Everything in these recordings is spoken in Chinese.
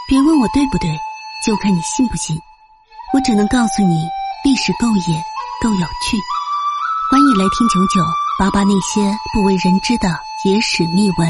别问我对不对，就看你信不信。我只能告诉你，历史够野，够有趣。欢迎来听9988那些不为人知的野史秘闻。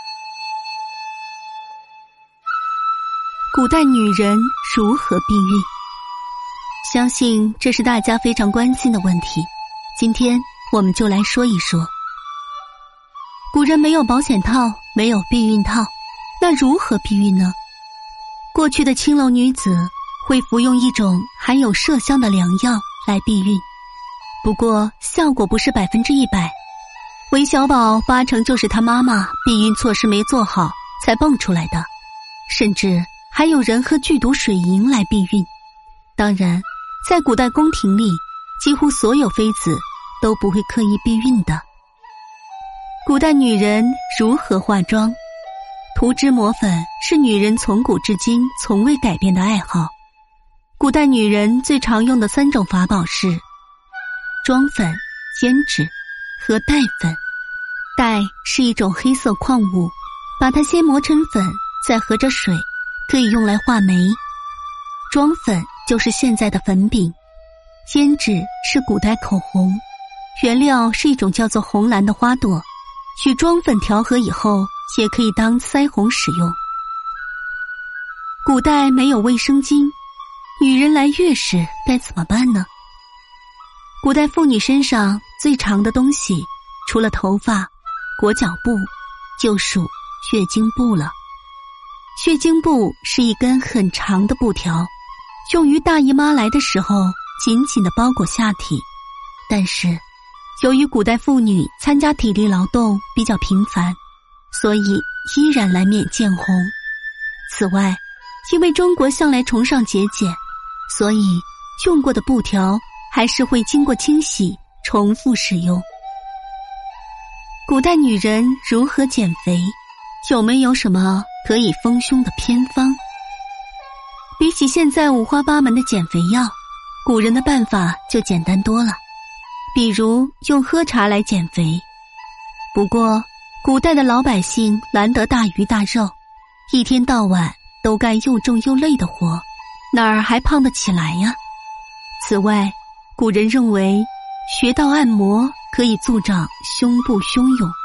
古代女人如何避孕？相信这是大家非常关心的问题，今天我们就来说一说。古人没有保险套，没有避孕套，那如何避孕呢？过去的青楼女子会服用一种含有麝香的良药来避孕，不过效果不是100%，韦小宝8成就是他妈妈避孕措施没做好才蹦出来的，甚至还有人喝剧毒水银来避孕。当然，在古代宫廷里，几乎所有妃子都不会刻意避孕的。古代女人如何化妆？涂脂抹粉是女人从古至今从未改变的爱好。古代女人最常用的3种法宝是妆粉、胭脂和黛粉。黛是一种黑色矿物，把它先磨成粉，再合着水，可以用来画眉。妆粉就是现在的粉饼。胭脂是古代口红，原料是一种叫做红兰的花朵，与妆粉调和以后也可以当腮红使用。古代没有卫生巾，女人来月时该怎么办呢？古代妇女身上最长的东西，除了头发、裹脚布，就属月经布了。月经布是一根很长的布条，用于大姨妈来的时候紧紧地包裹下体。但是由于古代妇女参加体力劳动比较频繁，所以依然难免见红。此外，因为中国向来崇尚节俭，所以用过的布条还是会经过清洗重复使用。古代女人如何减肥？有没有什么可以丰胸的偏方？比起现在五花八门的减肥药，古人的办法就简单多了，比如用喝茶来减肥。不过古代的老百姓难得大鱼大肉，一天到晚都干又重又累的活，哪儿还胖得起来呀？此外，古人认为穴道按摩可以助长胸部汹涌，